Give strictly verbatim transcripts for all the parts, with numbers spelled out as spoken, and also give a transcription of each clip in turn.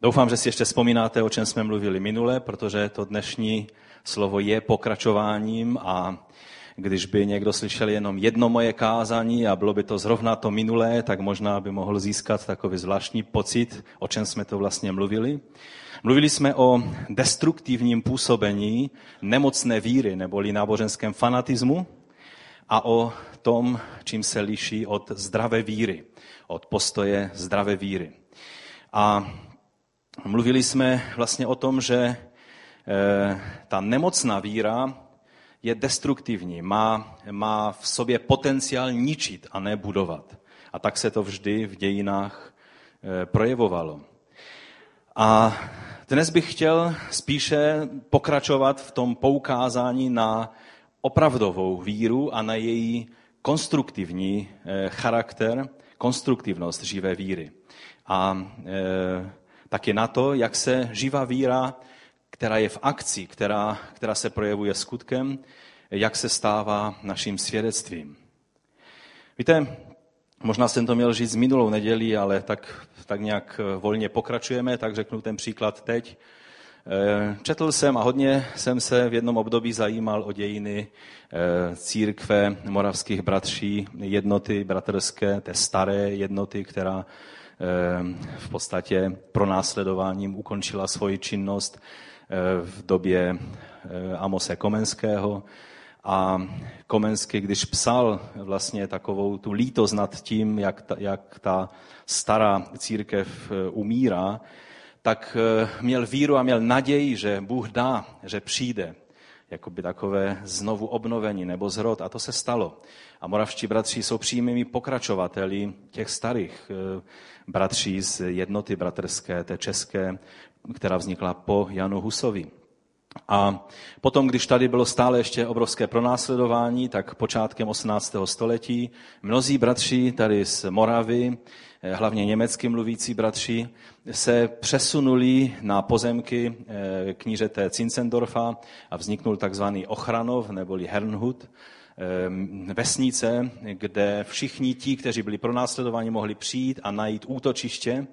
Doufám, že si ještě vzpomínáte, o čem jsme mluvili minule, protože to dnešní slovo je pokračováním a když by někdo slyšel jenom jedno moje kázání a bylo by to zrovna to minulé, tak možná by mohl získat takový zvláštní pocit, o čem jsme to vlastně mluvili. Mluvili jsme o destruktivním působení nemocné víry neboli náboženském fanatismu a o tom, čím se liší od zdravé víry, od postoje zdravé víry. A mluvili jsme vlastně o tom, že ta nemocná víra je destruktivní, má, má v sobě potenciál ničit a ne budovat. A tak se to vždy v dějinách projevovalo. A dnes bych chtěl spíše pokračovat v tom poukázání na opravdovou víru a na její konstruktivní charakter, konstruktivnost živé víry. A e, taky na to, jak se živá víra, která je v akci, která, která se projevuje skutkem, jak se stává naším svědectvím. Víte, možná jsem to měl říct minulou neděli, ale tak, tak nějak volně pokračujeme, tak řeknu ten příklad teď. Četl jsem a hodně jsem se v jednom období zajímal o dějiny církve moravských bratří, jednoty bratrské, té staré jednoty, která v podstatě pronásledováním ukončila svoji činnost v době Amose Komenského. A Komenský, když psal vlastně takovou tu lítost nad tím, jak ta, jak ta stará církev umírá, tak měl víru a měl naději, že Bůh dá, že přijde jakoby takové znovu obnovení nebo zrod. A to se stalo. A moravští bratři jsou přímými pokračovateli těch starých bratří z jednoty bratrské, té české, která vznikla po Janu Husovi. A potom, když tady bylo stále ještě obrovské pronásledování, tak počátkem osmnáctého století mnozí bratři tady z Moravy, hlavně německy mluvící bratři, se přesunuli na pozemky knížete Zinzendorfa a vzniknul takzvaný Ochranov neboli Herrnhut, vesnice, kde všichni ti, kteří byli pronásledováni, mohli přijít a najít útočiště.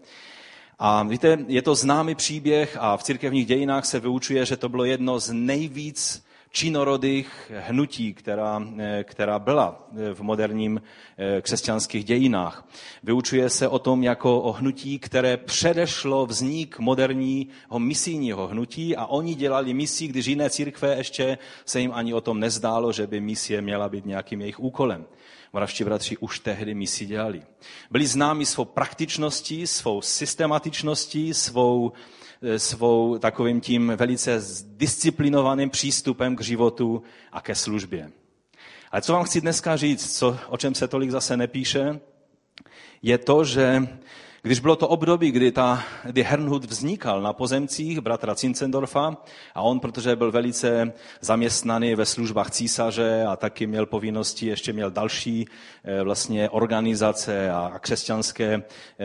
A víte, je to známý příběh a v církevních dějinách se vyučuje, že to bylo jedno z nejvíc činorodých hnutí, která, která byla v moderním křesťanských dějinách. Vyučuje se o tom jako o hnutí, které předešlo vznik moderního misijního hnutí a oni dělali misii, když jiné církve ještě se jim ani o tom nezdálo, že by misie měla být nějakým jejich úkolem. Moravští bratři už tehdy misi dělali. Byli známi svou praktičností, svou systematičností, svou, svou takovým tím velice disciplinovaným přístupem k životu a ke službě. Ale co vám chci dneska říct, co, o čem se tolik zase nepíše, je to, že když bylo to období, kdy, ta, kdy Herrnhut vznikal na pozemcích bratra Zinzendorfa a on, protože byl velice zaměstnaný ve službách císaře a taky měl povinnosti, ještě měl další vlastně organizace a křesťanské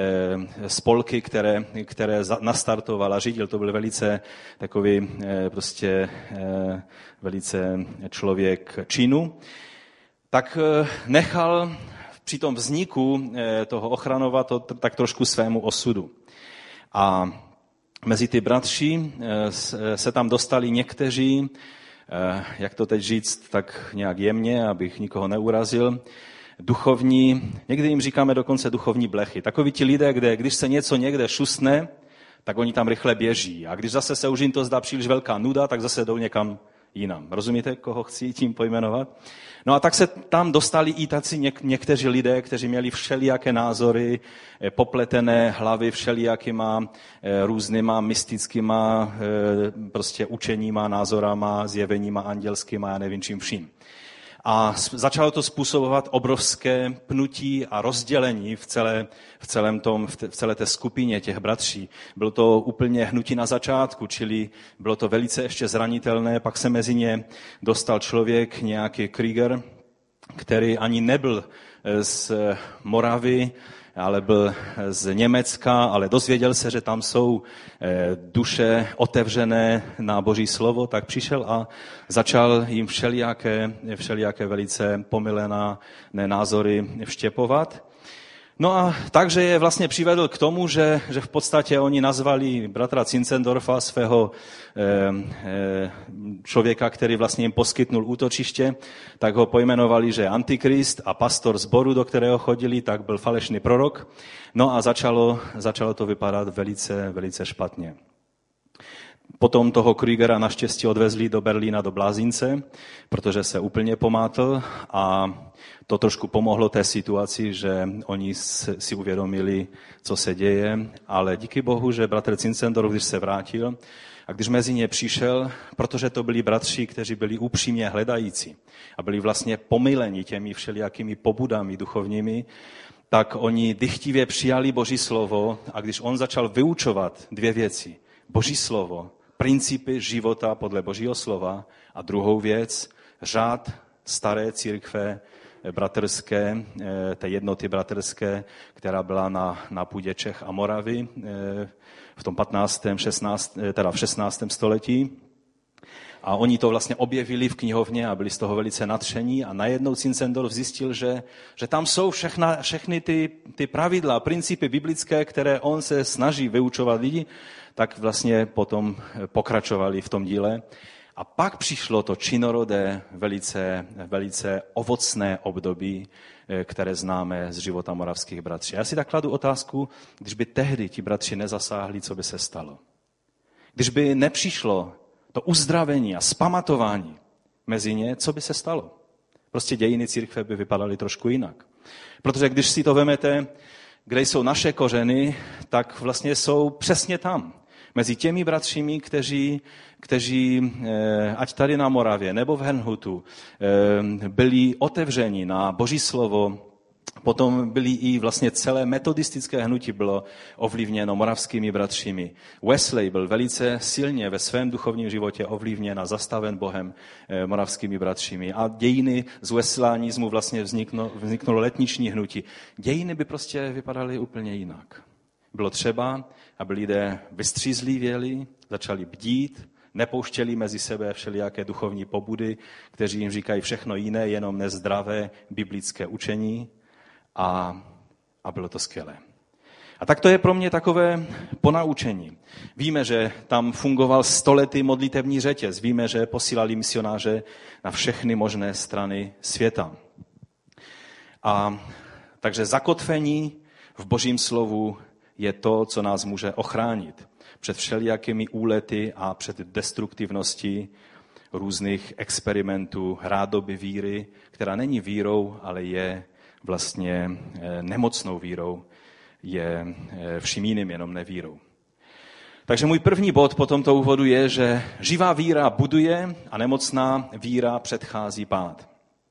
spolky, které, které nastartoval a řídil, to byl velice takový prostě velice člověk činu, tak nechal při tom vzniku toho Ochranova to tak trošku svému osudu. A mezi ty bratři se tam dostali někteří, jak to teď říct, tak nějak jemně, abych nikoho neurazil, duchovní, někdy jim říkáme dokonce duchovní blechy. Takoví ti lidé, kde když se něco někde šustne, tak oni tam rychle běží. A když zase se už jim to zdá příliš velká nuda, tak zase jdou někam jinam. Rozumíte, koho chci tím pojmenovat? No a tak se tam dostali i taci něk- někteří lidé, kteří měli všelijaké názory, popletené hlavy všelijakýma různýma mystickýma prostě učeníma, názorama, zjeveníma andělskýma, já nevím čím vším. A začalo to způsobovat obrovské pnutí a rozdělení v, celé, v, celém tom, v celé té skupině těch bratří. Bylo to úplně hnutí na začátku, čili bylo to velice ještě zranitelné. Pak se mezi ně dostal člověk, nějaký Krieger, který ani nebyl z Moravy, ale byl z Německa, ale dozvěděl se, že tam jsou duše otevřené na Boží slovo, tak přišel a začal jim všelijaké, všelijaké velice pomylené názory vštěpovat. No a takže je vlastně přivedl k tomu, že, že v podstatě oni nazvali bratra Zinzendorfa, svého eh, eh, člověka, který vlastně jim poskytnul útočiště, tak ho pojmenovali, že je antikrist a pastor sboru, do kterého chodili, tak byl falešný prorok. No a začalo, začalo to vypadat velice, velice špatně. Potom toho Krügera naštěstí odvezli do Berlína do blázince, protože se úplně pomátl a to trošku pomohlo té situaci, že oni si uvědomili, co se děje, ale díky Bohu, že bratr Zinzendorf, když se vrátil a když mezi ně přišel, protože to byli bratři, kteří byli upřímně hledající a byli vlastně pomyleni těmi všelijakými pobudami duchovními, tak oni dychtivě přijali Boží slovo a když on začal vyučovat dvě věci, Boží slovo, principy života podle Božího slova a druhou věc, řád staré církve bratrské, té jednoty bratrské, která byla na, na půdě Čech a Moravy v tom patnáctém, šestnáctém, teda v šestnáctém století. A oni to vlastně objevili v knihovně a byli z toho velice nadšení a najednou Zinzendorf zjistil, že, že tam jsou všechna, všechny ty, ty pravidla, principy biblické, které on se snaží vyučovat lidi, tak vlastně potom pokračovali v tom díle. A pak přišlo to činorodé, velice, velice ovocné období, které známe z života moravských bratří. Já si tak kladu otázku, když by tehdy ti bratři nezasáhli, co by se stalo. Když by nepřišlo to uzdravení a zpamatování mezi ně, co by se stalo? Prostě dějiny církve by vypadaly trošku jinak. Protože když si to vemete, kde jsou naše kořeny, tak vlastně jsou přesně tam. Mezi těmi bratřími, kteří, kteří ať tady na Moravě nebo v Herrnhutu byli otevřeni na Boží slovo, potom byli i vlastně celé metodistické hnutí bylo ovlivněno moravskými bratřími. Wesley byl velice silně ve svém duchovním životě ovlivněn a zastaven Bohem moravskými bratřími. A dějiny z wesleyanismu vlastně vzniklo, vzniknulo letniční hnutí. Dějiny by prostě vypadaly úplně jinak. Bylo třeba, aby lidé vystřízlivěli, začali bdít, nepouštěli mezi sebe všelijaké duchovní pobudy, kteří jim říkají všechno jiné, jenom nezdravé biblické učení. A, a bylo to skvělé. A tak to je pro mě takové ponaučení. Víme, že tam fungoval stoletý modlitevní řetěz. Víme, že posílali misionáře na všechny možné strany světa. A takže zakotvení v Božím slovu je to, co nás může ochránit před všelijakými úlety a před destruktivností různých experimentů, rádoby víry, která není vírou, ale je vlastně nemocnou vírou, je vším jiným jenom nevírou. Takže můj první bod po tomto úvodu je, že živá víra buduje a nemocná víra předchází pád.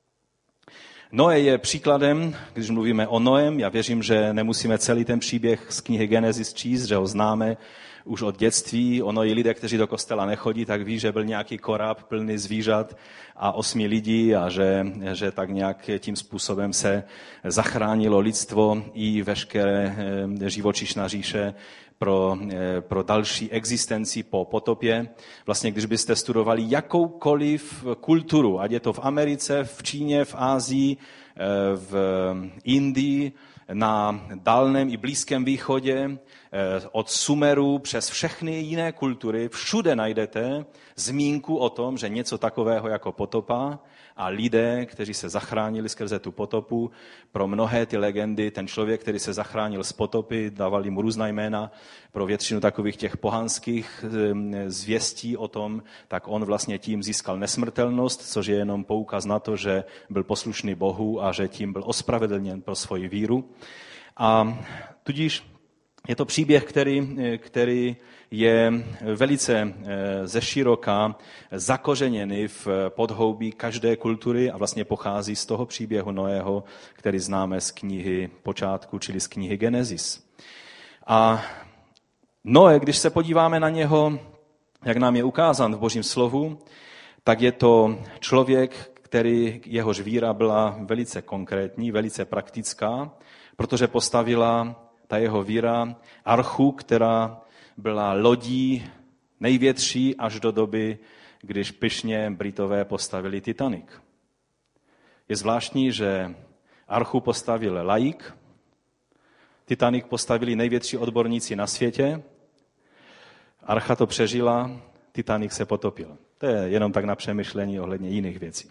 Noé je příkladem, když mluvíme o Noém, já věřím, že nemusíme celý ten příběh z knihy Genesis číst, že ho známe už od dětství. Ono i lidé, kteří do kostela nechodí, tak ví, že byl nějaký koráb plný zvířat a osmi lidí a že, že tak nějak tím způsobem se zachránilo lidstvo i veškeré živočišná říše pro, pro další existenci po potopě. Vlastně, když byste studovali jakoukoliv kulturu, ať je to v Americe, v Číně, v Asii, v Indii, na Dálném i Blízkém východě, od Sumeru přes všechny jiné kultury, všude najdete zmínku o tom, že něco takového jako potopa a lidé, kteří se zachránili skrze tu potopu, pro mnohé ty legendy, ten člověk, který se zachránil z potopy, dávali mu různá jména, pro většinu takových těch pohanských zvěstí o tom, tak on vlastně tím získal nesmrtelnost, což je jenom poukaz na to, že byl poslušný Bohu a že tím byl ospravedlněn pro svoji víru. A tudíž je to příběh, který, který je velice zeširoka zakořeněný v podhoubí každé kultury a vlastně pochází z toho příběhu Noého, který známe z knihy Počátku, čili z knihy Genesis. A Noé, když se podíváme na něho, jak nám je ukázán v Božím slovu, tak je to člověk, který jehož víra byla velice konkrétní, velice praktická, protože postavila ta jeho víra archu, která byla lodí největší až do doby, když pyšně Britové postavili Titanic. Je zvláštní, že archu postavil laik Titanic postavili největší odborníci na světě, archa to přežila, Titanic se potopil. To je jenom tak na přemýšlení ohledně jiných věcí.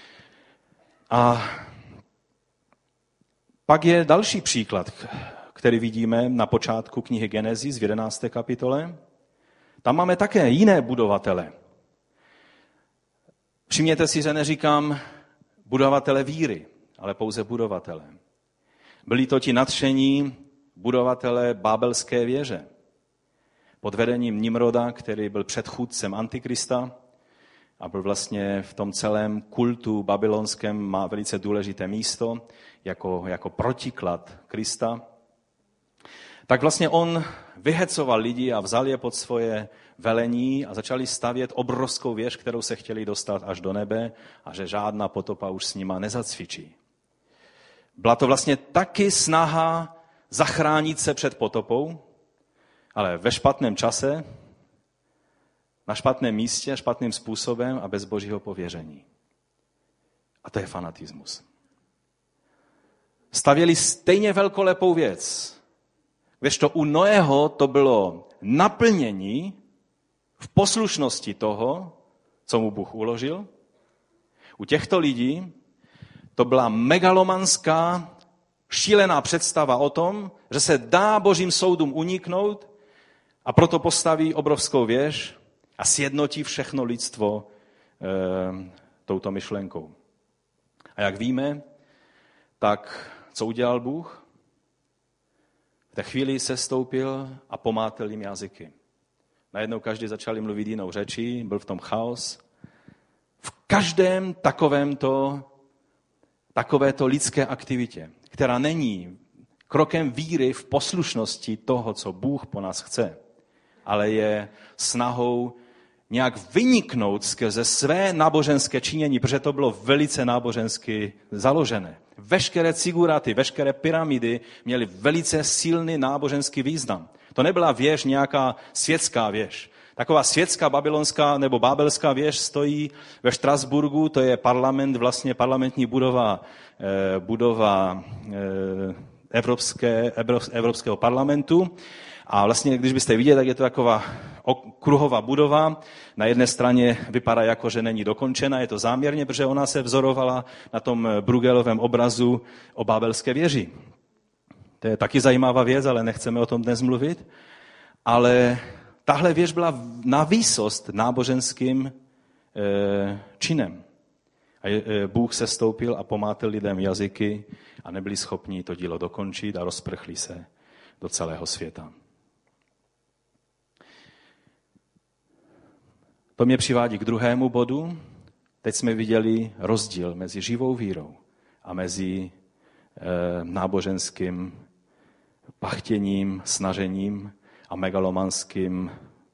A pak je další příklad, který vidíme na počátku knihy Genesis v jedenácté kapitole. Tam máme také jiné budovatele. Všimněte si, že neříkám budovatele víry, ale pouze budovatele. Byli to ti nadšení budovatele Bábelské věže. Pod vedením Nimroda, který byl předchůdcem Antikrista a byl vlastně v tom celém kultu babylonském, má velice důležité místo jako, jako protiklad Krista. Tak vlastně on vyhecoval lidi a vzal je pod svoje velení a začali stavět obrovskou věž, kterou se chtěli dostat až do nebe a že žádná potopa už s nima nezacvičí. Byla to vlastně taky snaha zachránit se před potopou, ale ve špatném čase, na špatném místě, špatným způsobem a bez božího pověření. A to je fanatismus. Stavěli stejně velkolepou věc, kdežto u Noého to bylo naplnění v poslušnosti toho, co mu Bůh uložil. U těchto lidí to byla megalomanská, šílená představa o tom, že se dá božím soudům uniknout a proto postaví obrovskou věž a sjednotí všechno lidstvo e, touto myšlenkou. A jak víme, tak co udělal Bůh? V té chvíli sestoupil a pomátel jim jazyky. Najednou každý začali mluvit jinou řečí, byl v tom chaos. V každém takovémto, takovéto lidské aktivitě, která není krokem víry v poslušnosti toho, co Bůh po nás chce, ale je snahou nějak vyniknout skrze své náboženské činění, protože to bylo velice nábožensky založené. Veškeré ciguráty, veškeré pyramidy měly velice silný náboženský význam. To nebyla věž, nějaká světská věž. Taková světská babylonská nebo bábelská věž stojí ve Štrasburgu, to je parlament, vlastně parlamentní budova, budova Evropské, Evropského parlamentu. A vlastně, když byste viděli, tak je to taková kruhová budova. Na jedné straně vypadá jako, že není dokončena, je to záměrně, protože ona se vzorovala na tom Bruegelovém obrazu o Bábelské věži. To je taky zajímavá věc, ale nechceme o tom dnes mluvit. Ale tahle věž byla na výsost náboženským činem. A Bůh se stoupil a pomátil lidem jazyky a nebyli schopni to dílo dokončit a rozprchli se do celého světa. To mě přivádí k druhému bodu. Teď jsme viděli rozdíl mezi živou vírou a mezi e, náboženským pachtěním, snažením a megalomanským e,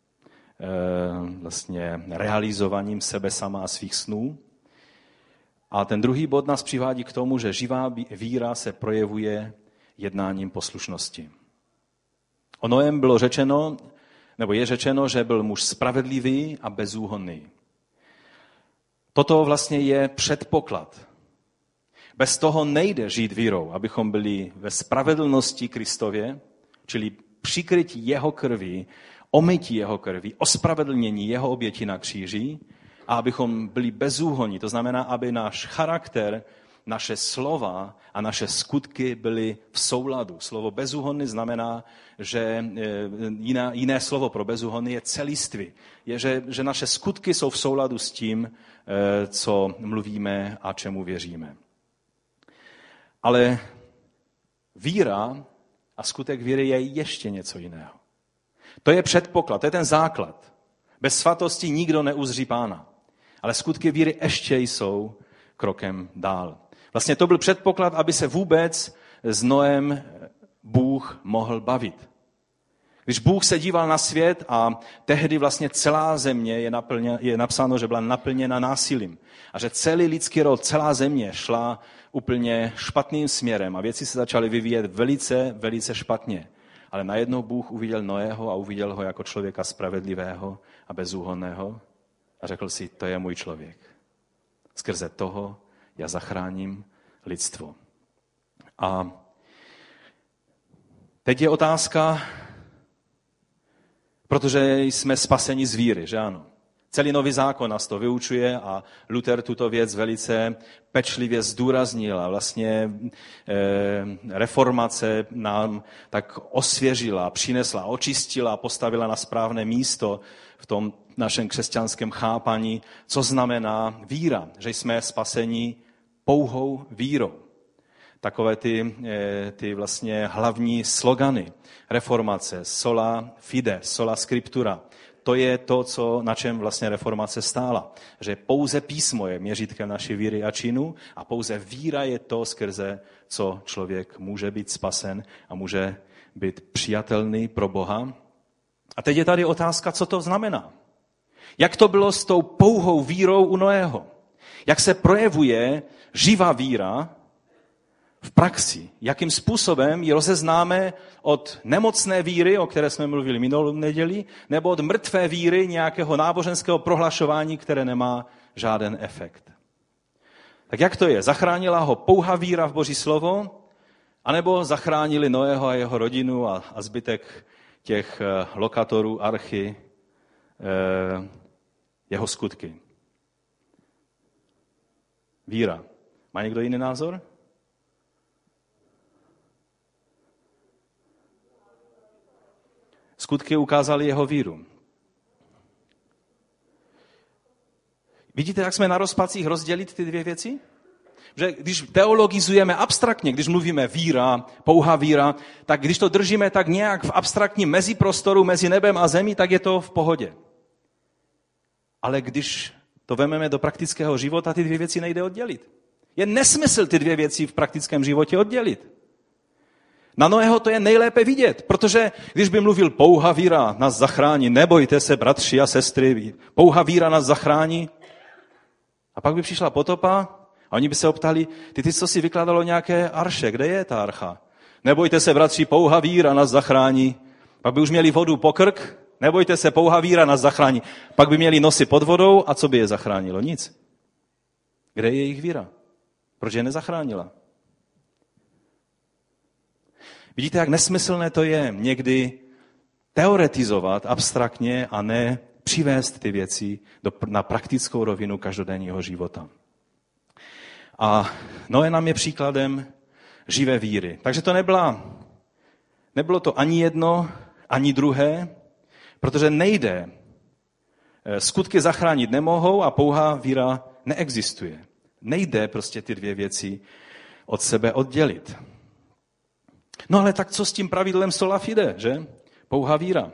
vlastně realizováním sebe sama a svých snů. A ten druhý bod nás přivádí k tomu, že živá víra se projevuje jednáním poslušnosti. O Noém bylo řečeno, nebo je řečeno, že byl muž spravedlivý a bezúhonný. Toto vlastně je předpoklad. Bez toho nejde žít vírou, abychom byli ve spravedlnosti Kristově, čili přikrytí jeho krví, omytí jeho krví, ospravedlnění jeho oběti na kříži a abychom byli bezúhonní. To znamená, aby náš charakter, naše slova a naše skutky byly v souladu. Slovo bezúhonný znamená, že jiné, jiné slovo pro bezúhonný je celistvý. Je, že, že naše skutky jsou v souladu s tím, co mluvíme a čemu věříme. Ale víra a skutek víry je ještě něco jiného. To je předpoklad, to je ten základ. Bez svatosti nikdo neuzří Pána. Ale skutky víry ještě jsou krokem dál. Vlastně to byl předpoklad, aby se vůbec s Noem Bůh mohl bavit. Když Bůh se díval na svět a tehdy vlastně celá země je, naplně, je napsáno, že byla naplněna násilím. A že celý lidský rod, celá země šla úplně špatným směrem a věci se začaly vyvíjet velice, velice špatně. Ale najednou Bůh uviděl Noého a uviděl ho jako člověka spravedlivého a bezúhonného a řekl si, to je můj člověk. Skrze toho já zachráním lidstvo. A Teď je otázka, protože jsme spaseni z víry, že ano? Celý Nový zákon nás to vyučuje a Luther tuto věc velice pečlivě zdůraznil a vlastně e, reformace nám tak osvěžila, přinesla, očistila, postavila na správné místo v tom našem křesťanském chápaní, co znamená víra, že jsme spaseni pouhou vírou. Takové ty, ty vlastně hlavní slogany reformace, sola fide, sola scriptura. To je to, co, na čem vlastně reformace stála. Že pouze písmo je měřítkem naší víry a činu a pouze víra je to, skrze co člověk může být spasen a může být přijatelný pro Boha. A teď je tady otázka, co to znamená. Jak to bylo s tou pouhou vírou u Noého? Jak se projevuje živá víra v praxi? Jakým způsobem ji rozeznáme od nemocné víry, o které jsme mluvili minulou neděli, nebo od mrtvé víry nějakého náboženského prohlašování, které nemá žádný efekt? Tak jak to je? Zachránila ho pouhá víra v Boží slovo, anebo zachránili Noého a jeho rodinu a, a zbytek těch lokatorů archy, eh, jeho skutky? Víra. Má někdo jiný názor? Skutky ukázaly jeho víru. Vidíte, jak jsme na rozpacích rozdělit ty dvě věci? Že když teologizujeme abstraktně, když mluvíme víra, pouhá víra, tak když to držíme tak nějak v abstraktním meziprostoru mezi nebem a zemí, tak je to v pohodě. Ale když to vememe do praktického života, ty dvě věci nejde oddělit. Je nesmysl ty dvě věci v praktickém životě oddělit. Na Noého to je nejlépe vidět, protože když by mluvil pouhá víra nás zachrání, nebojte se, bratři a sestry, pouhá víra nás zachrání. A pak by přišla potopa a oni by se optali, ty, ty co si vykládalo nějaké arše, kde je ta archa? Nebojte se, bratři, pouhá víra nás zachrání. Pak by už měli vodu po krk, nebojte se, pouhá víra nás zachrání. Pak by měli nosy pod vodou a co by je zachránilo? Nic. Kde je jejich víra? Proč je nezachránila? Vidíte, jak nesmyslné to je někdy teoretizovat abstraktně a ne přivést ty věci do, na praktickou rovinu každodenního života. A Noé nám je příkladem živé víry. Takže to nebyla, nebylo to ani jedno, ani druhé, protože nejde. Skutky zachránit nemohou a pouhá víra neexistuje. Nejde prostě ty dvě věci od sebe oddělit. No ale tak co s tím pravidlem sola fide, že? Pouhá víra.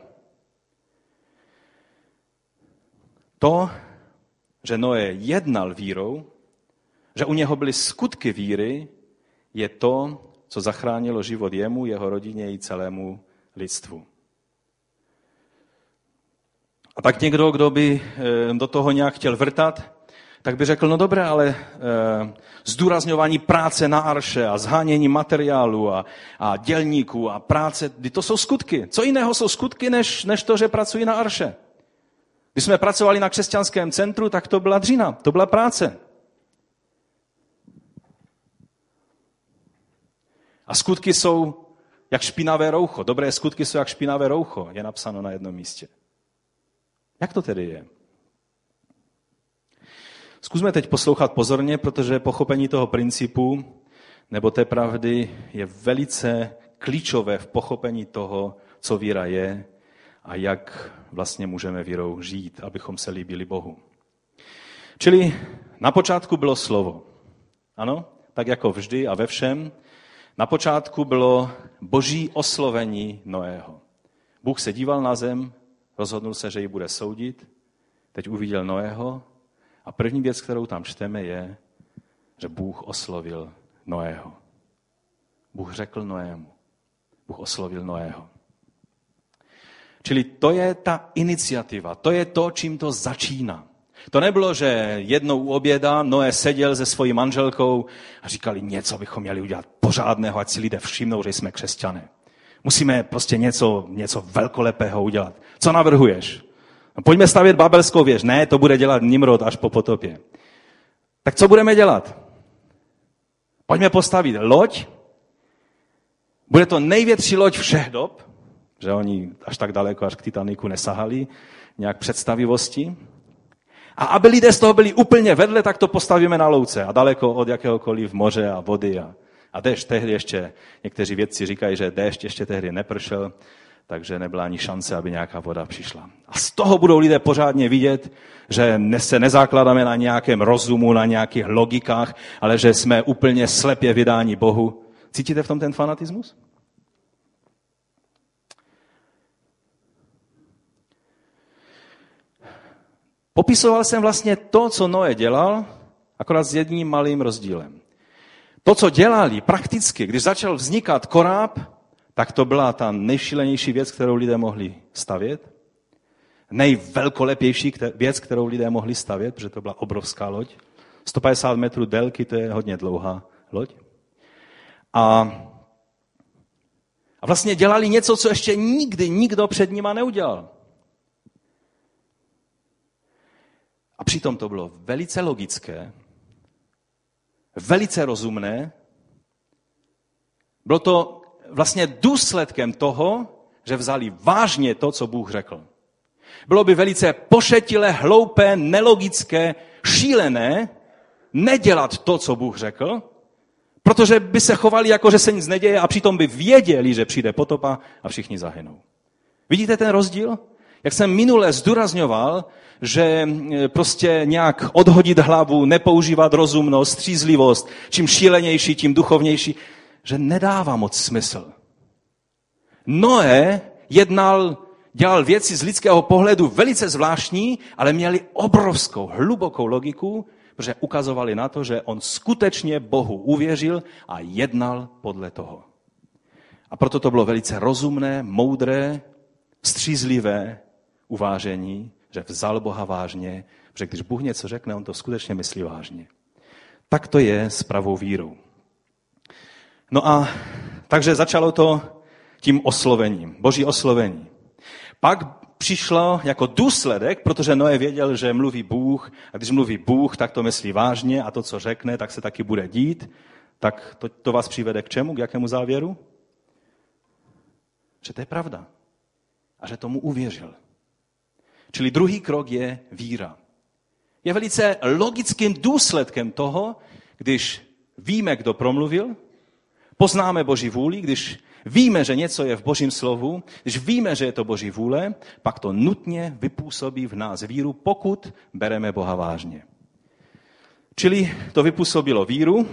To, že Noé jednal vírou, že u něho byly skutky víry, je to, co zachránilo život jemu, jeho rodině i celému lidstvu. A tak někdo, kdo by do toho nějak chtěl vrtat, tak by řekl, no dobré, ale e, zdůrazňování práce na arše a zhánění materiálu a, a dělníků a práce, to jsou skutky. Co jiného jsou skutky, než, než to, že pracují na arše? Když jsme pracovali na křesťanském centru, tak to byla dřina, to byla práce. A skutky jsou jak špinavé roucho. Dobré skutky jsou jak špinavé roucho, je napsáno na jednom místě. Jak to tedy je? Zkusme teď poslouchat pozorně, protože pochopení toho principu nebo té pravdy je velice klíčové v pochopení toho, co víra je a jak vlastně můžeme vírou žít, abychom se líbili Bohu. Čili na počátku bylo slovo. Ano, tak jako vždy a ve všem. Na počátku bylo boží oslovení Noého. Bůh se díval na zem, rozhodnul se, že ji bude soudit, teď uviděl Noého a první věc, kterou tam čteme, je, že Bůh oslovil Noého. Bůh řekl Noému. Bůh oslovil Noého. Čili to je ta iniciativa, to je to, čím to začíná. To nebylo, že jednou u oběda Noé seděl se svojí manželkou a říkali, něco bychom měli udělat pořádného, ať si lidé všimnou, že jsme křesťané. Musíme prostě něco, něco velkolepého udělat. Co navrhuješ? No, pojďme stavět babelskou věž. Ne, to bude dělat Nimrod až po potopě. Tak co budeme dělat? Pojďme postavit loď, Bude to největší loď všech dob, že oni až tak daleko, až k Titaniku nesahali, nějak představivosti. A aby lidé z toho byli úplně vedle, tak to postavíme na louce a daleko od jakéhokoliv moře a vody. A, a déšť tehdy ještě, někteří vědci říkají, že déšť ještě tehdy nepršel, takže nebyla ani šance, aby nějaká voda přišla. A z toho budou lidé pořádně vidět, že se nezakládáme na nějakém rozumu, na nějakých logikách, ale že jsme úplně slepě vydáni Bohu. Cítíte v tom ten fanatismus? Popisoval jsem vlastně to, co Noé dělal, akorát s jedním malým rozdílem. To, co dělali prakticky, když začal vznikat koráb, tak to byla ta nejšílenější věc, kterou lidé mohli stavět. Nejvelkolepější věc, kterou lidé mohli stavět, protože to byla obrovská loď. sto padesát metrů délky, to je hodně dlouhá loď. A, a vlastně dělali něco, co ještě nikdy nikdo před nima neudělal. A přitom to bylo velice logické, velice rozumné. Bylo to vlastně důsledkem toho, že vzali vážně to, co Bůh řekl. Bylo by velice pošetilé, hloupé, nelogické, šílené nedělat to, co Bůh řekl, protože by se chovali jako, že se nic neděje a přitom by věděli, že přijde potopa a všichni zahynou. Vidíte ten rozdíl? Jak jsem minule zdůrazňoval, že prostě nějak odhodit hlavu, nepoužívat rozumnost, střízlivost, čím šílenější, tím duchovnější, že nedává moc smysl. Noé jednal, dělal věci z lidského pohledu velice zvláštní, ale měli obrovskou, hlubokou logiku, protože ukazovali na to, že on skutečně Bohu uvěřil a jednal podle toho. A proto to bylo velice rozumné, moudré, střízlivé uvážení, že vzal Boha vážně, protože když Bůh něco řekne, on to skutečně myslí vážně. Tak to je s pravou vírou. No a takže začalo to tím oslovením, boží oslovení. Pak přišlo jako důsledek, protože Noé věděl, že mluví Bůh, a když mluví Bůh, tak to myslí vážně a to, co řekne, tak se taky bude dít. Tak to, to vás přivede k čemu? K jakému závěru? Že to je pravda. A že tomu uvěřil. Čili druhý krok je víra. Je velice logickým důsledkem toho, když víme, kdo promluvil, poznáme Boží vůli, když víme, že něco je v Božím slovu, když víme, že je to Boží vůle, pak to nutně vypůsobí v nás víru, pokud bereme Boha vážně. Čili to vypůsobilo víru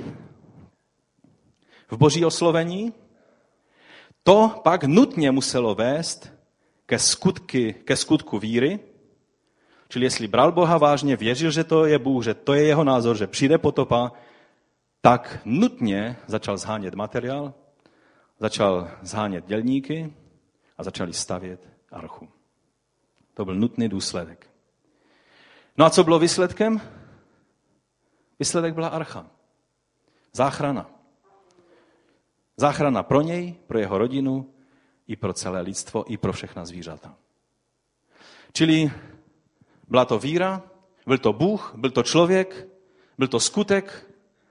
v Boží oslovení, to pak nutně muselo vést ke, skutky, ke skutku víry, čili jestli bral Boha vážně, věřil, že to je Bůh, že to je jeho názor, že přijde potopa, tak nutně začal zhánět materiál, začal zhánět dělníky a začali stavět archu. To byl nutný důsledek. No a co bylo výsledkem? Výsledek byla archa. Záchrana. Záchrana pro něj, pro jeho rodinu, i pro celé lidstvo, i pro všechna zvířata. Čili byla to víra, byl to Bůh, byl to člověk, byl to skutek.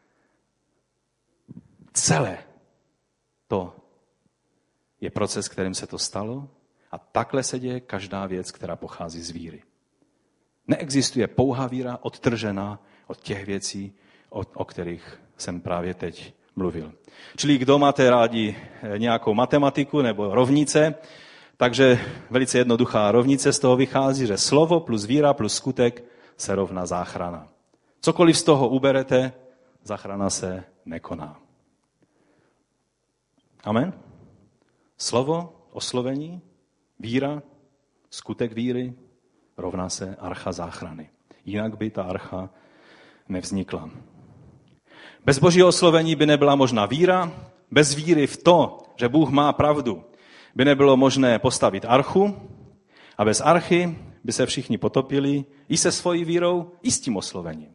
Celé to je proces, kterým se to stalo a takhle se děje každá věc, která pochází z víry. Neexistuje pouhá víra odtržená od těch věcí, o, o kterých jsem právě teď mluvil. Čili kdo máte rádi nějakou matematiku nebo rovnice, takže velice jednoduchá rovnice z toho vychází, že slovo plus víra plus skutek se rovná záchrana. Cokoliv z toho uberete, záchrana se nekoná. Amen? Slovo, oslovení, víra, skutek víry rovná se archa záchrany. Jinak by ta archa nevznikla. Bez božího oslovení by nebyla možná víra, bez víry v to, že Bůh má pravdu, by nebylo možné postavit archu a bez archy by se všichni potopili i se svojí vírou, i s tím oslovením.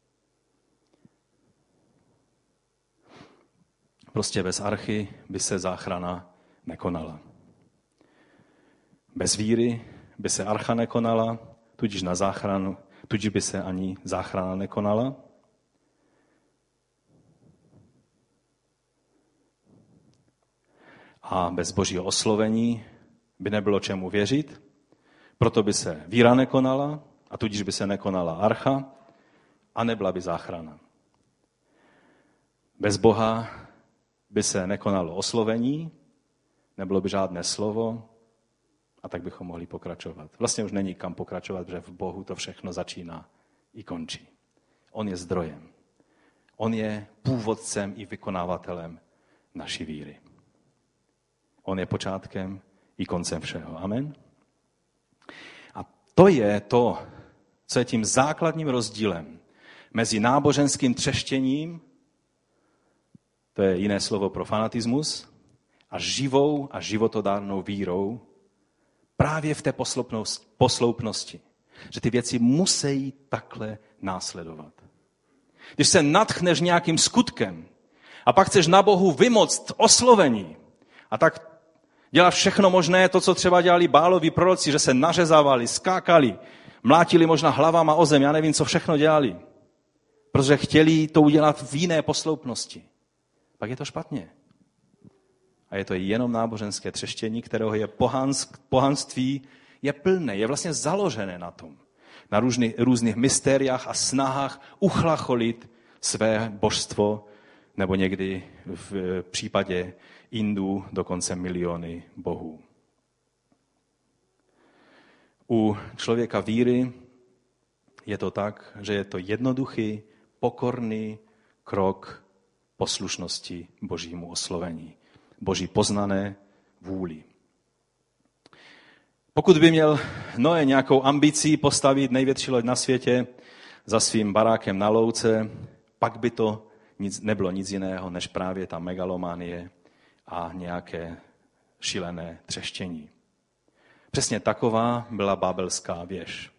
Prostě bez archy by se záchrana nekonala. Bez víry by se archa nekonala, tudíž na záchranu, tudíž by se ani záchrana nekonala. a bez Božího oslovení by nebylo čemu věřit, proto by se víra nekonala a tudíž by se nekonala archa a nebyla by záchrana. Bez Boha by se nekonalo oslovení, nebylo by žádné slovo a tak bychom mohli pokračovat. Vlastně už není kam pokračovat, protože v Bohu to všechno začíná i končí. On je zdrojem. On je původcem i vykonávatelem naší víry. On je počátkem i koncem všeho. Amen. A to je to, co je tím základním rozdílem mezi náboženským třeštěním, to je jiné slovo pro fanatismus, a živou a životodárnou vírou právě v té posloupnosti. Že ty věci musí takhle následovat. Když se nadchneš nějakým skutkem a pak chceš na Bohu vymoct oslovení a tak děláš všechno možné, to, co třeba dělali Bálovi proroci, že se nařezávali, skákali, mlátili možná hlavama o zem, já nevím, co všechno dělali, protože chtěli to udělat v jiné posloupnosti. Pak je to špatně. A je to jenom náboženské třeštění, kterého je pohansk, pohanství, je plné, je vlastně založené na tom. Na různých, různých mystériách a snahách uchlacholit své božstvo, nebo někdy v případě Indů dokonce miliony bohů. U člověka víry je to tak, že je to jednoduchý, pokorný krok poslušnosti Božímu oslovení. Boží poznané vůli. Pokud by měl Noé nějakou ambicí postavit největší loď na světě za svým barákem na louce, pak by to nic, nebylo nic jiného, než právě ta megalomanie a nějaké šílené třeštění. Přesně taková byla Babelská věž.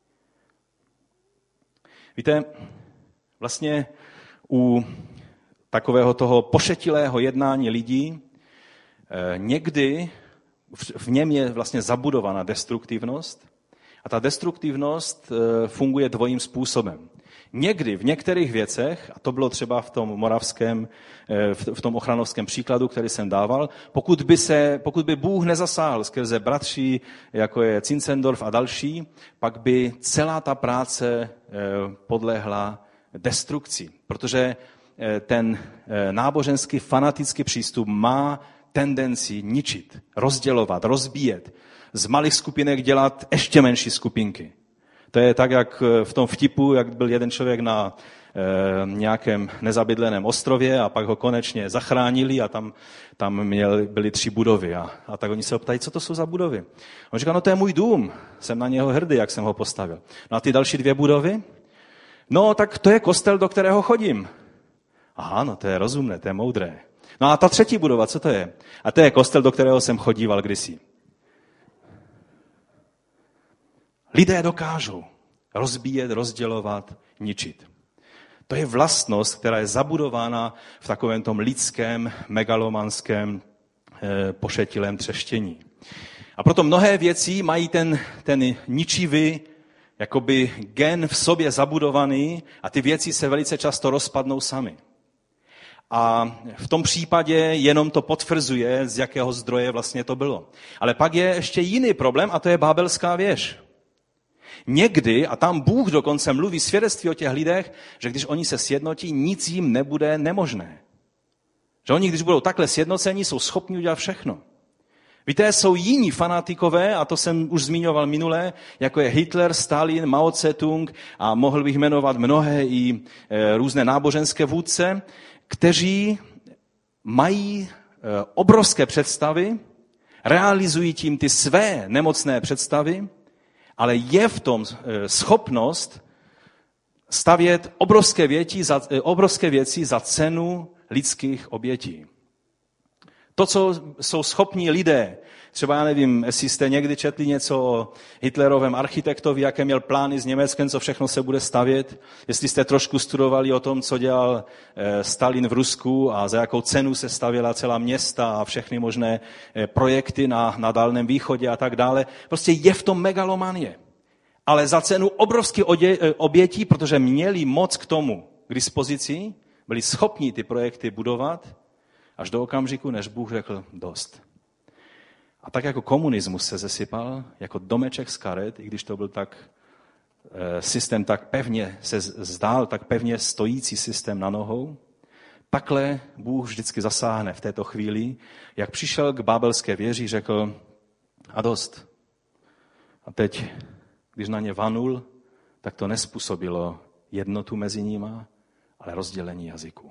Víte, vlastně u takového toho pošetilého jednání lidí někdy v něm je vlastně zabudovaná destruktivnost a ta destruktivnost funguje dvojím způsobem. Někdy v některých věcech, a to bylo třeba v tom moravském, v tom ochranovském příkladu, který jsem dával, pokud by, se, pokud by Bůh nezasáhl skrze bratří, jako je Zinzendorf a další, pak by celá ta práce podlehla destrukci, protože ten náboženský fanatický přístup má tendenci ničit, rozdělovat, rozbíjet, z malých skupinek dělat ještě menší skupinky. To je tak, jak v tom vtipu, jak byl jeden člověk na e, nějakém nezabydleném ostrově a pak ho konečně zachránili a tam, tam měl, byly tři budovy. A, a tak oni se ho ptají, co to jsou za budovy. On říká, no to je můj dům, jsem na něho hrdý, jak jsem ho postavil. No a ty další dvě budovy? No tak to je kostel, do kterého chodím. Aha, no to je rozumné, to je moudré. No a ta třetí budova, co to je? A to je kostel, do kterého jsem chodíval kdysi. Lidé dokážou rozbíjet, rozdělovat, ničit. To je vlastnost, která je zabudována v takovém tom lidském, megalomanském, eh, pošetilém třeštění. A proto mnohé věci mají ten, ten ničivý, jakoby gen v sobě zabudovaný a ty věci se velice často rozpadnou sami. A v tom případě jenom to potvrzuje, z jakého zdroje vlastně to bylo. Ale pak je ještě jiný problém a to je Babelská věž. Někdy, a tam Bůh dokonce mluví svědectví o těch lidech, že když oni se sjednotí, nic jim nebude nemožné. Že oni, když budou takhle sjednoceni, jsou schopni udělat všechno. Víte, jsou jiní fanatikové, a to jsem už zmiňoval minule, jako je Hitler, Stalin, Mao Tse-tung a mohl bych jmenovat mnohé i e, různé náboženské vůdce, kteří mají e, obrovské představy, realizují tím ty své nemocné představy, ale je v tom e, schopnost stavět obrovské věci, za, e, obrovské věci za cenu lidských obětí. To, co jsou schopní lidé, třeba já nevím, jestli jste někdy četli něco o Hitlerovém architektovi, jaké měl plány s Německem, co všechno se bude stavět, jestli jste trošku studovali o tom, co dělal Stalin v Rusku a za jakou cenu se stavěla celá města a všechny možné projekty na, na Dálném východě a tak dále. Prostě je v tom megalomanie. Ale za cenu obrovských obětí, protože měli moc k tomu k dispozici, byli schopni ty projekty budovat, až do okamžiku, než Bůh řekl dost. A tak jako komunismus se zesypal, jako domeček z karet, i když to byl tak systém tak pevně, se zdál tak pevně stojící systém na nohou, takhle Bůh vždycky zasáhne v této chvíli, jak přišel k bábelské věži, řekl a dost. A teď, když na ně vanul, tak to nespůsobilo jednotu mezi nima, ale rozdělení jazyku.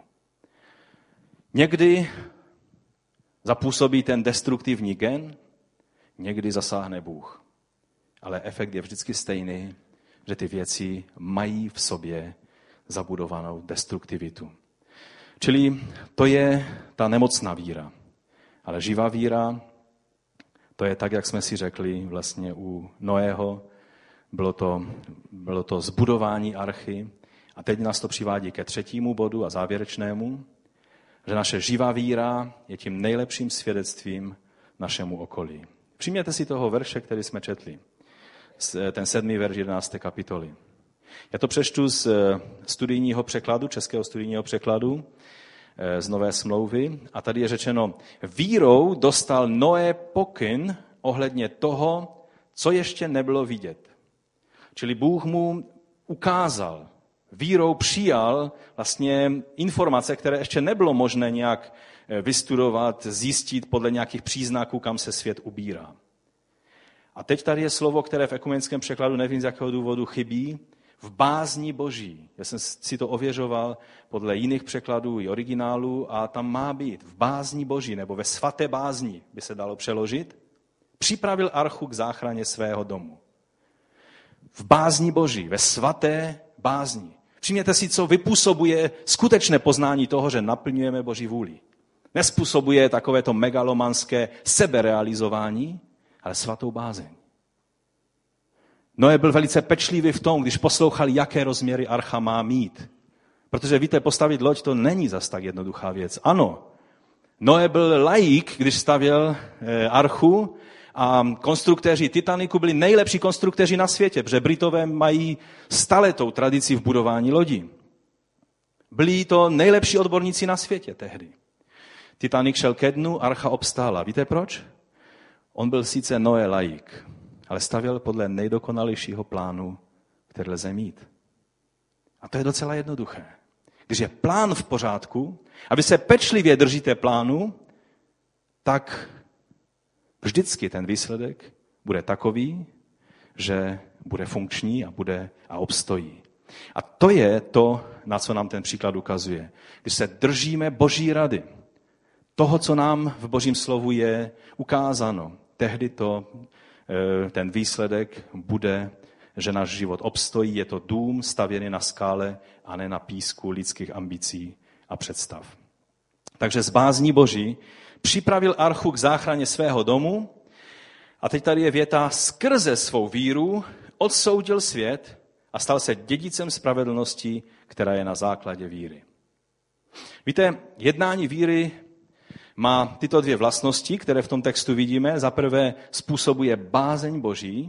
Někdy zapůsobí ten destruktivní gen, někdy zasáhne Bůh. Ale efekt je vždycky stejný, že ty věci mají v sobě zabudovanou destruktivitu. Čili to je ta nemocná víra. Ale živá víra, to je tak, jak jsme si řekli vlastně u Noého, bylo to, bylo to zbudování archy. A teď nás to přivádí ke třetímu bodu a závěrečnému, že naše živá víra je tím nejlepším svědectvím našemu okolí. Přijměte si toho verše, který jsme četli. Ten sedmý verš jedenácté kapitoly. Já to přečtu z studijního překladu, českého studijního překladu, z Nové smlouvy. A tady je řečeno, vírou dostal Noé pokyn ohledně toho, co ještě nebylo vidět. Čili Bůh mu ukázal, vírou přijal vlastně informace, které ještě nebylo možné nějak vystudovat, zjistit podle nějakých příznaků, kam se svět ubírá. A teď tady je slovo, které v ekumenickém překladu, nevím z jakého důvodu, chybí, v bázni Boží. Já jsem si to ověřoval podle jiných překladů i originálů a tam má být v bázni Boží, nebo ve svaté bázni, by se dalo přeložit. Připravil archu k záchraně svého domu. V bázni Boží, ve svaté bázni. Všimněte si, co vypůsobuje skutečné poznání toho, že naplňujeme Boží vůli. Nespůsobuje takovéto megalomanské seberealizování, ale svatou bázeň. Noé byl velice pečlivý v tom, když poslouchal, jaké rozměry archa má mít. Protože víte, postavit loď to není zas tak jednoduchá věc. Ano, Noé byl laik, když stavěl archu a konstruktéři Titaniku byli nejlepší konstruktéři na světě, protože Britové mají staletou tradici v budování lodí. Byli to nejlepší odborníci na světě tehdy. Titanic šel ke dnu, archa obstála. Víte proč? On byl sice Noé laik, ale stavěl podle nejdokonalejšího plánu, který lze mít. A to je docela jednoduché. Když je plán v pořádku, a vy se pečlivě držíte plánu, tak vždycky ten výsledek bude takový, že bude funkční a bude a obstojí. A to je to, na co nám ten příklad ukazuje. Když se držíme Boží rady, toho, co nám v Božím slovu je ukázáno, tehdy to, ten výsledek bude, že náš život obstojí, je to dům stavěný na skále a ne na písku lidských ambicí a představ. Takže z bázní Boží připravil archu k záchraně svého domu a teď tady je věta, skrze svou víru odsoudil svět a stal se dědicem spravedlnosti, která je na základě víry. Víte, jednání víry má tyto dvě vlastnosti, které v tom textu vidíme. Za prvé způsobuje bázeň Boží.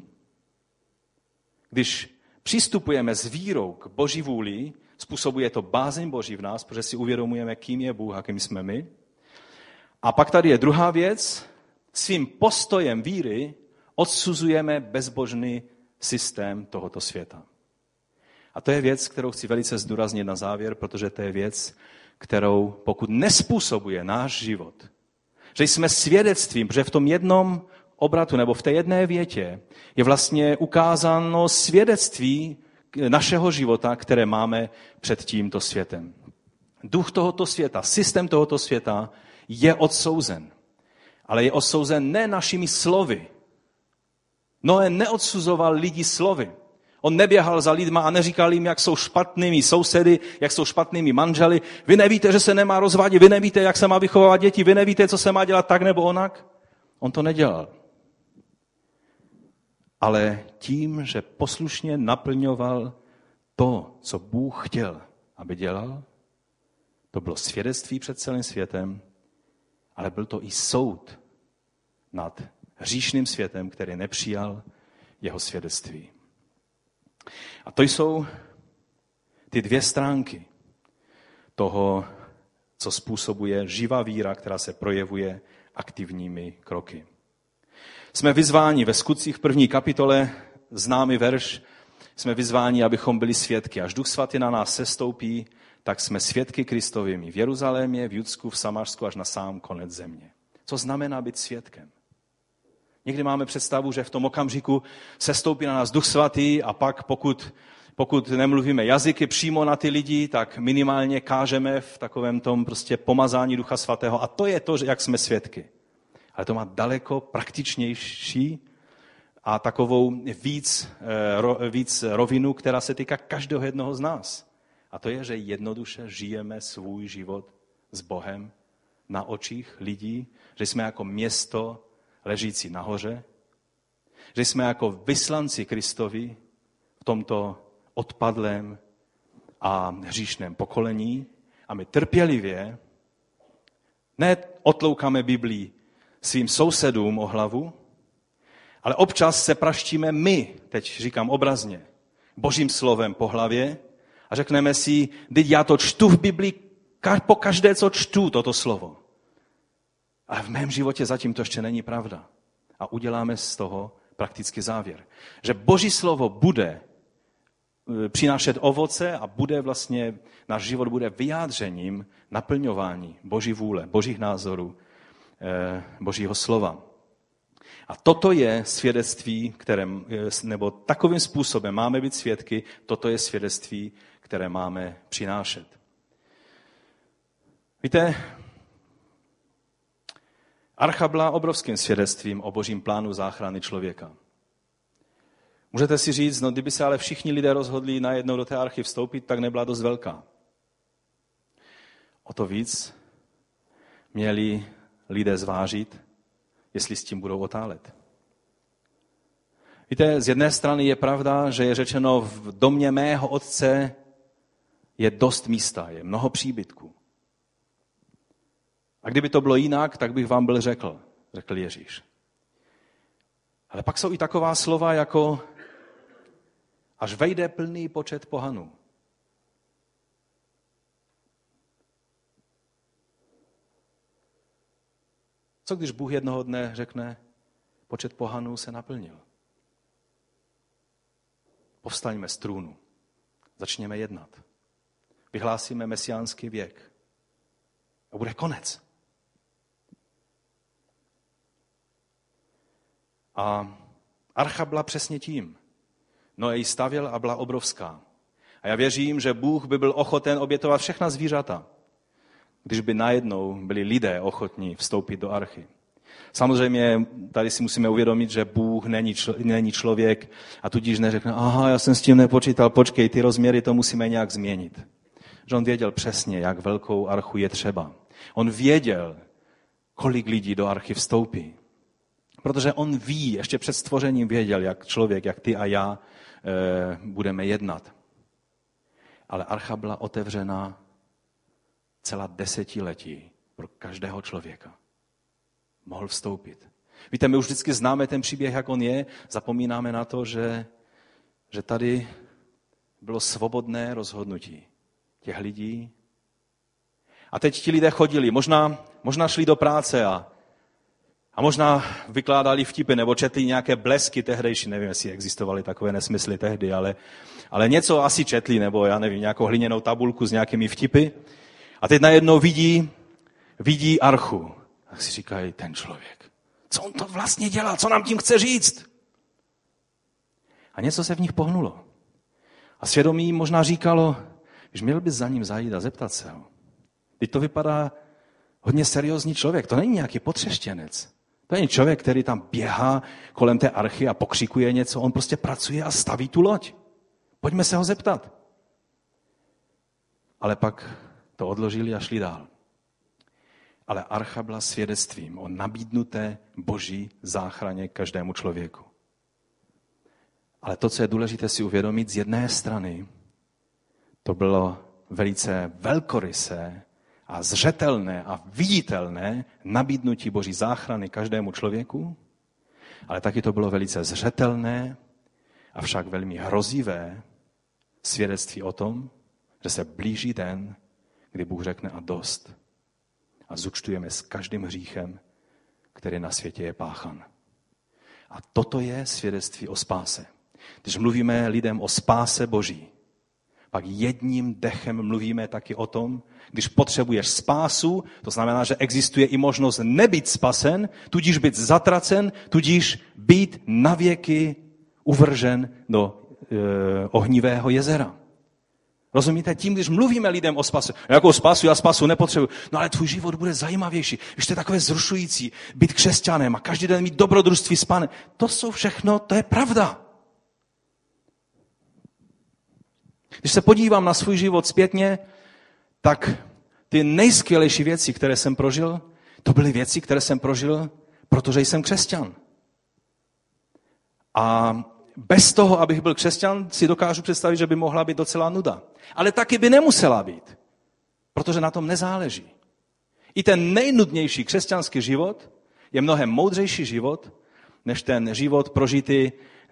Když přistupujeme s vírou k Boží vůli, způsobuje to bázeň Boží v nás, protože si uvědomujeme, kým je Bůh a kým jsme my. A pak tady je druhá věc. Svým postojem víry odsuzujeme bezbožný systém tohoto světa. A to je věc, kterou chci velice zdůraznit na závěr, protože to je věc, kterou pokud nespůsobuje náš život, že jsme svědectvím, protože v tom jednom obratu nebo v té jedné větě je vlastně ukázáno svědectví našeho života, které máme před tímto světem. Duch tohoto světa, systém tohoto světa je odsouzen. Ale je odsouzen ne našimi slovy. Noé neodsuzoval lidi slovy. On neběhal za lidma a neříkal jim, jak jsou špatnými sousedy, jak jsou špatnými manželi. Vy nevíte, že se nemá rozvádět, vy nevíte, jak se má vychovávat děti, vy nevíte, co se má dělat tak nebo onak. On to nedělal. Ale tím, že poslušně naplňoval to, co Bůh chtěl, aby dělal, to bylo svědectví před celým světem, ale byl to i soud nad hříšným světem, který nepřijal jeho svědectví. A to jsou ty dvě stránky toho, co způsobuje živá víra, která se projevuje aktivními kroky. Jsme vyzváni ve Skutcích v první kapitole, známý verš, jsme vyzváni, abychom byli svědky. Až Duch Svatý na nás sestoupí, tak jsme svědky Kristovými v Jeruzalémě, v Judsku, v Samařsku až na sám konec země. Co znamená být svědkem? Někdy máme představu, že v tom okamžiku sestoupí na nás Duch Svatý a pak pokud, pokud nemluvíme jazyky přímo na ty lidi, tak minimálně kážeme v takovém tom prostě pomazání Ducha Svatého a to je to, jak jsme svědky. Ale to má daleko praktičnější a takovou víc, víc rovinu, která se týká každého jednoho z nás. A to je, že jednoduše žijeme svůj život s Bohem na očích lidí, že jsme jako město ležící nahoře, že jsme jako vyslanci Kristovi v tomto odpadlém a hříšném pokolení a my trpělivě ne otloukáme Biblii svým sousedům o hlavu, ale občas se praštíme my, teď říkám obrazně, Božím slovem po hlavě a řekneme si, teď já to čtu v Biblii po každé, co čtu toto slovo. Ale v mém životě zatím to ještě není pravda. A uděláme z toho prakticky závěr. Že Boží slovo bude přinášet ovoce a bude vlastně, náš život bude vyjádřením naplňování Boží vůle, Božích názorů, Božího slova. A toto je svědectví, které, nebo takovým způsobem máme být svědky, toto je svědectví, které máme přinášet. Víte, archa byla obrovským svědectvím o Božím plánu záchrany člověka. Můžete si říct, no kdyby se ale všichni lidé rozhodli najednou do té archy vstoupit, tak nebyla dost velká. O to víc měli lidé zvážit, jestli s tím budou otálet. Víte, z jedné strany je pravda, že je řečeno, v domě mého otce je dost místa, je mnoho příbytků. A kdyby to bylo jinak, tak bych vám byl řekl, řekl Ježíš. Ale pak jsou i taková slova jako až vejde plný počet pohanů. Co když Bůh jednoho dne řekne, počet pohanů se naplnil? Povstaňme z trůnu, začněme jednat. Vyhlásíme mesiánský věk. A bude konec. A archa byla přesně tím. Noé ji stavěl a byla obrovská. A já věřím, že Bůh by byl ochoten obětovat všechna zvířata, když by najednou byli lidé ochotní vstoupit do archy. Samozřejmě tady si musíme uvědomit, že Bůh není, čl- není člověk a tudíž neřekne, aha, já jsem s tím nepočítal, počkej, ty rozměry to musíme nějak změnit. Že on věděl přesně, jak velkou archu je třeba. On věděl, kolik lidí do archy vstoupí. Protože on ví, ještě před stvořením věděl, jak člověk, jak ty a já e, budeme jednat. Ale archa byla otevřena celá desetiletí pro každého člověka. Mohl vstoupit. Víte, my už vždycky známe ten příběh, jak on je, zapomínáme na to, že, že tady bylo svobodné rozhodnutí těch lidí. A teď ti lidé chodili, možná, možná šli do práce a, a možná vykládali vtipy nebo četli nějaké blesky tehdejší, nevím, jestli existovaly takové nesmysly tehdy, ale, ale něco asi četli, nebo já nevím, nějakou hliněnou tabulku s nějakými vtipy. A teď najednou vidí, vidí archu. Tak si říkají, ten člověk, co on to vlastně dělá, co nám tím chce říct? A něco se v nich pohnulo. A svědomí možná říkalo, že měl bys za ním zajít a zeptat se ho. Teď to vypadá hodně seriózní člověk, to není nějaký potřeštěnec. To není člověk, který tam běhá kolem té archy a pokřikuje něco, on prostě pracuje a staví tu loď. Pojďme se ho zeptat. Ale pak to odložili a šli dál. Ale archa byla svědectvím o nabídnuté boží záchraně každému člověku. Ale to, co je důležité si uvědomit, z jedné strany to bylo velice velkorysé a zřetelné a viditelné nabídnutí boží záchrany každému člověku, ale taky to bylo velice zřetelné, avšak velmi hrozivé svědectví o tom, že se blíží den, kdy Bůh řekne a dost. A zúčtujeme s každým hříchem, který na světě je páchan. A toto je svědectví o spáse. Když mluvíme lidem o spáse Boží, pak jedním dechem mluvíme taky o tom, když potřebuješ spásu, to znamená, že existuje i možnost nebýt spasen, tudíž být zatracen, tudíž být navěky uvržen do e, ohnivého jezera. Rozumíte? Tím, když mluvíme lidem o spasu, jakou spasu, já spasu nepotřebuji, no ale tvůj život bude zajímavější, když to je takové zrušující, být křesťanem a každý den mít dobrodružství s Pánem. To jsou všechno, to je pravda. Když se podívám na svůj život zpětně, tak ty nejskvělejší věci, které jsem prožil, to byly věci, které jsem prožil, protože jsem křesťan. A bez toho, abych byl křesťan, si dokážu představit, že by mohla být docela nuda. Ale taky by nemusela být, protože na tom nezáleží. I ten nejnudnější křesťanský život je mnohem moudřejší život, než ten život prožitý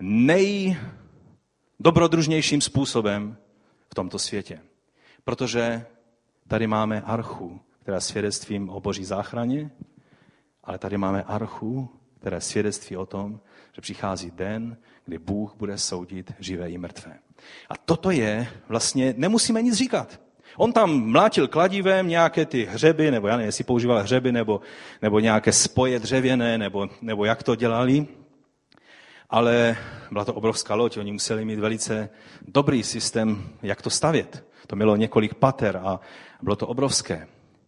nejdobrodružnějším způsobem v tomto světě. Protože tady máme archu, která je svědectvím o Boží záchraně, ale tady máme archu, která je svědectví o tom, že přichází den, kdy Bůh bude soudit živé i mrtvé. A toto je vlastně, nemusíme nic říkat. On tam mlátil kladivem nějaké ty hřeby, nebo já nevím, jestli používal hřeby, nebo, nebo nějaké spoje dřevěné, nebo, nebo jak to dělali. Ale byla to obrovská loď, oni museli mít velice dobrý systém, jak to stavět. To mělo několik pater a bylo to obrovské.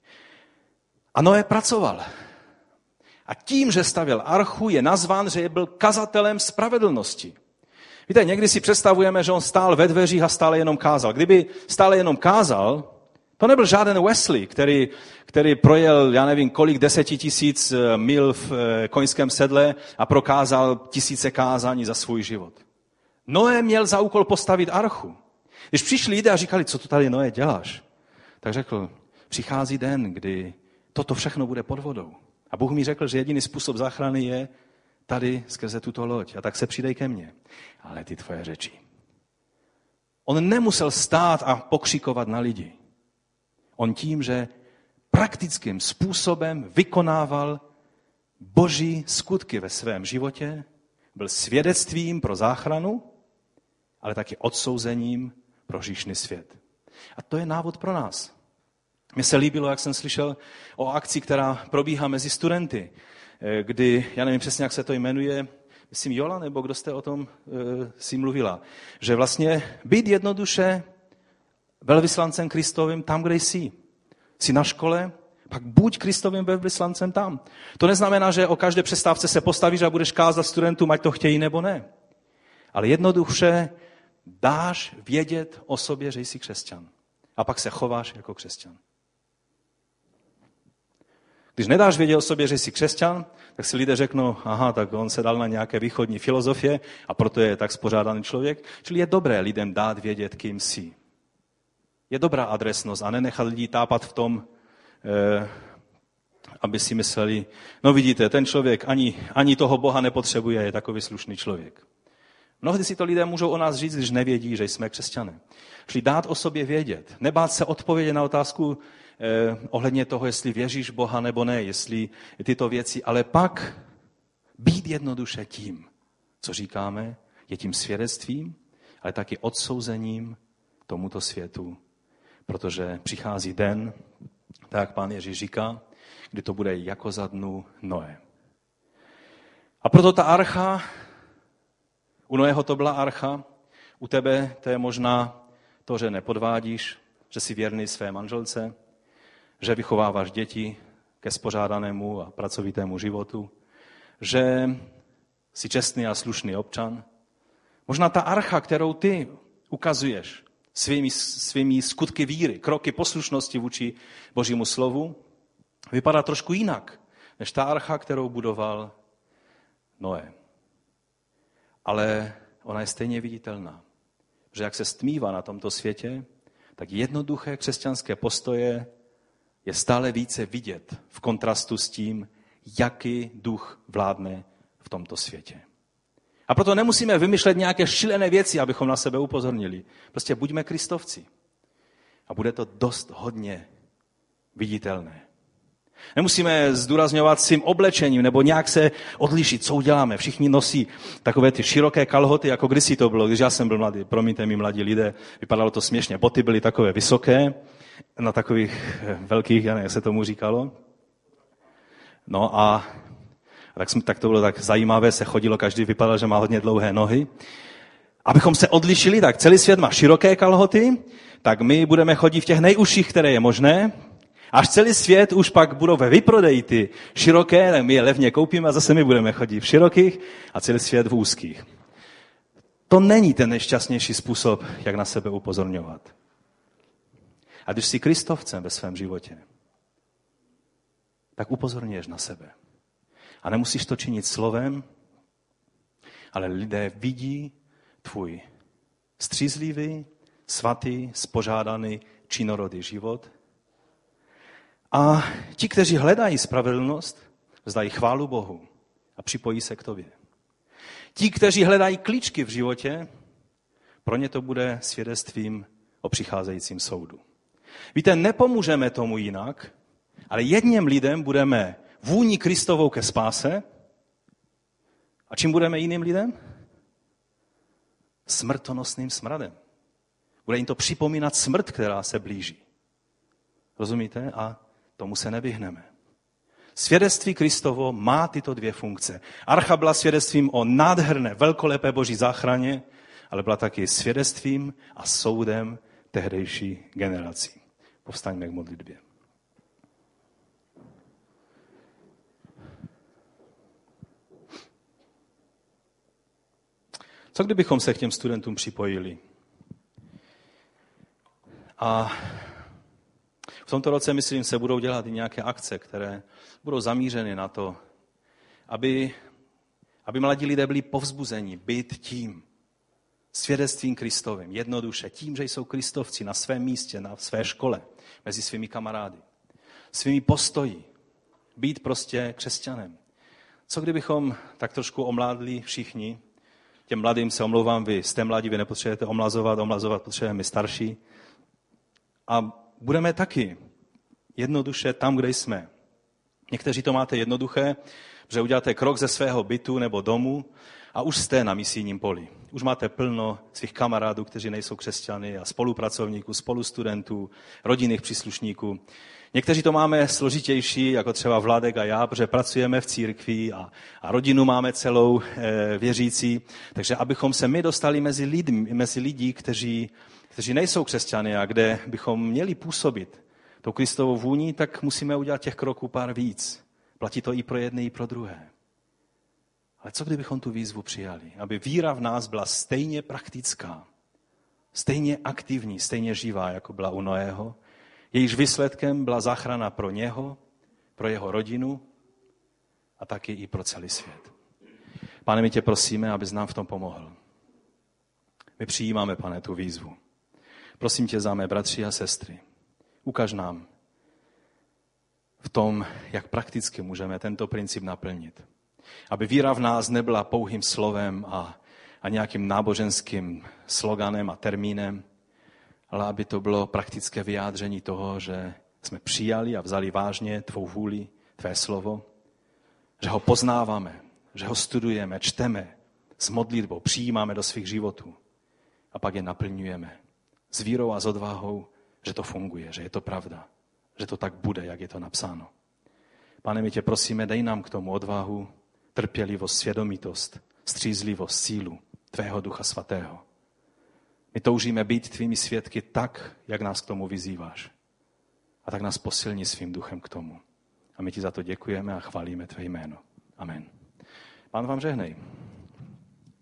A Noé pracoval. A tím, že stavěl archu, je nazván, že byl kazatelem spravedlnosti. Víte, někdy si představujeme, že on stál ve dveřích a stále jenom kázal. Kdyby stále jenom kázal, to nebyl žádný Wesley, který, který projel, já nevím, kolik deseti tisíc mil v koňském sedle a prokázal tisíce kázání za svůj život. Noé měl za úkol postavit archu. Když přišli lidé a říkali, co tu tady Noé děláš, tak řekl, přichází den, kdy toto všechno bude pod vodou. A Bůh mi řekl, že jediný způsob záchrany je tady skrze tuto loď. A tak se přidej ke mně. Ale ty tvoje řeči. On nemusel stát a pokřikovat na lidi. On tím, že praktickým způsobem vykonával Boží skutky ve svém životě, byl svědectvím pro záchranu, ale taky odsouzením pro hříšný svět. A to je návod pro nás. Mně se líbilo, jak jsem slyšel o akci, která probíhá mezi studenty, kdy, já nevím přesně, jak se to jmenuje, myslím Jola, nebo kdo jste o tom e, si mluvila, že vlastně být jednoduše velvyslancem Kristovým tam, kde jsi. Jsi na škole, pak buď Kristovým velvyslancem tam. To neznamená, že o každé přestávce se postavíš a budeš kázat studentům, ať to chtějí nebo ne. Ale jednoduše dáš vědět o sobě, že jsi křesťan. A pak se chováš jako křesťan. Když nedáš vědět o sobě, že jsi křesťan, tak si lidé řeknou, aha, tak on se dal na nějaké východní filozofie a proto je tak spořádaný člověk. Čili je dobré lidem dát vědět, kým jsi. Je dobrá adresnost a nenechat lidí tápat v tom, eh, aby si mysleli, no vidíte, ten člověk ani, ani toho Boha nepotřebuje, je takový slušný člověk. Mnohdy si to lidé můžou o nás říct, když nevědí, že jsme křesťané. Čili dát o sobě vědět, nebát se odpovědět na otázku eh, ohledně toho, jestli věříš Boha nebo ne, jestli tyto věci, ale pak být jednoduše tím, co říkáme, je tím svědectvím, ale taky odsouzením tomuto světu, protože přichází den, tak jak Pán Ježíš říká, kdy to bude jako za dnu Noé. A proto ta archa, u Noého to byla archa, u tebe to je možná to, že nepodvádíš, že jsi věrný své manželce, že vychováváš děti ke spořádanému a pracovitému životu, že jsi čestný a slušný občan. Možná ta archa, kterou ty ukazuješ svými, svými skutky víry, kroky poslušnosti vůči Božímu slovu, vypadá trošku jinak, než ta archa, kterou budoval Noé. Ale ona je stejně viditelná, že jak se stmívá na tomto světě, tak jednoduché křesťanské postoje je stále více vidět v kontrastu s tím, jaký duch vládne v tomto světě. A proto nemusíme vymýšlet nějaké šílené věci, abychom na sebe upozornili. Prostě buďme Kristovci. A bude to dost hodně viditelné. Nemusíme zdůrazňovat svým oblečením nebo nějak se odlišit, co uděláme. Všichni nosí takové ty široké kalhoty, jako kdysi to bylo, když já jsem byl mladý. Promiňte mi, mladí lidé, vypadalo to směšně. Boty byly takové vysoké, na takových velkých, já nevím, jak se tomu říkalo. No a tak, jsme, tak to bylo tak zajímavé, se chodilo, každý vypadal, že má hodně dlouhé nohy. Abychom se odlišili, tak celý svět má široké kalhoty, tak my budeme chodit v těch nejužších, které je možné. Až celý svět už pak budou ve vyprodeji ty široké, tak my je levně koupíme a zase my budeme chodit v širokých a celý svět v úzkých. To není ten nejšťastnější způsob, jak na sebe upozorňovat. A když jsi Kristovcem ve svém životě, tak upozorňuješ na sebe. A nemusíš to činit slovem, ale lidé vidí tvůj střízlivý, svatý, spořádaný, činorodý život. A ti, kteří hledají spravedlnost, vzdají chválu Bohu a připojí se k tobě. Ti, kteří hledají klíčky v životě, pro ně to bude svědectvím o přicházejícím soudu. Víte, nepomůžeme tomu jinak, ale jedním lidem budeme vůní Kristovou ke spáse. A čím budeme jiným lidem? Smrtonosným smradem. Bude jim to připomínat smrt, která se blíží. Rozumíte? A tomu se nevyhneme. Svědectví Kristovo má tyto dvě funkce. Archa byla svědectvím o nádherné, velkolepé boží záchraně, ale byla taky svědectvím a soudem tehdejší generací. Povstaňme k modlitbě. Co kdybychom se k těm studentům připojili? A v tomto roce, myslím, se budou dělat i nějaké akce, které budou zamířeny na to, aby, aby mladí lidé byli povzbuzeni být tím svědectvím Kristovým, jednoduše, tím, že jsou kristovci na svém místě, na své škole, mezi svými kamarády, svými postoji, být prostě křesťanem. Co kdybychom tak trošku omládli všichni? Těm mladým se omlouvám, vy jste mladí, vy nepotřebujete omlazovat, omlazovat potřebujeme my starší. A budeme taky jednoduše tam, kde jsme. Někteří to máte jednoduché, že uděláte krok ze svého bytu nebo domu a už jste na misijním poli. Už máte plno svých kamarádů, kteří nejsou křesťany a spolupracovníků, spolustudentů, rodinných příslušníků. Někteří to máme složitější, jako třeba Vladek a já, protože pracujeme v církvi a, a rodinu máme celou e, věřící. Takže abychom se my dostali mezi, lidmi, mezi lidi, kteří, kteří nejsou křesťany a kde bychom měli působit tou Kristovou vůní, tak musíme udělat těch kroků pár víc. Platí to i pro jedny, i pro druhé. Ale co kdybychom tu výzvu přijali? Aby víra v nás byla stejně praktická, stejně aktivní, stejně živá, jako byla u Noého. Jejíž výsledkem byla záchrana pro něho, pro jeho rodinu a taky i pro celý svět. Pane, my tě prosíme, abys nám v tom pomohl. My přijímáme, Pane, tu výzvu. Prosím tě za mé bratři a sestry. Ukaž nám v tom, jak prakticky můžeme tento princip naplnit. Aby víra v nás nebyla pouhým slovem a, a nějakým náboženským sloganem a termínem, ale aby to bylo praktické vyjádření toho, že jsme přijali a vzali vážně tvou vůli, tvé slovo, že ho poznáváme, že ho studujeme, čteme s modlitbou, přijímáme do svých životů a pak je naplňujeme s vírou a s odvahou, že to funguje, že je to pravda, že to tak bude, jak je to napsáno. Pane, my tě prosíme, dej nám k tomu odvahu, trpělivost, svědomitost, střízlivost, sílu tvého Ducha Svatého. My toužíme být tvými svědky tak, jak nás k tomu vyzýváš. A tak nás posilni svým duchem k tomu. A my ti za to děkujeme a chválíme tvé jméno. Amen. Pán vám žehnej.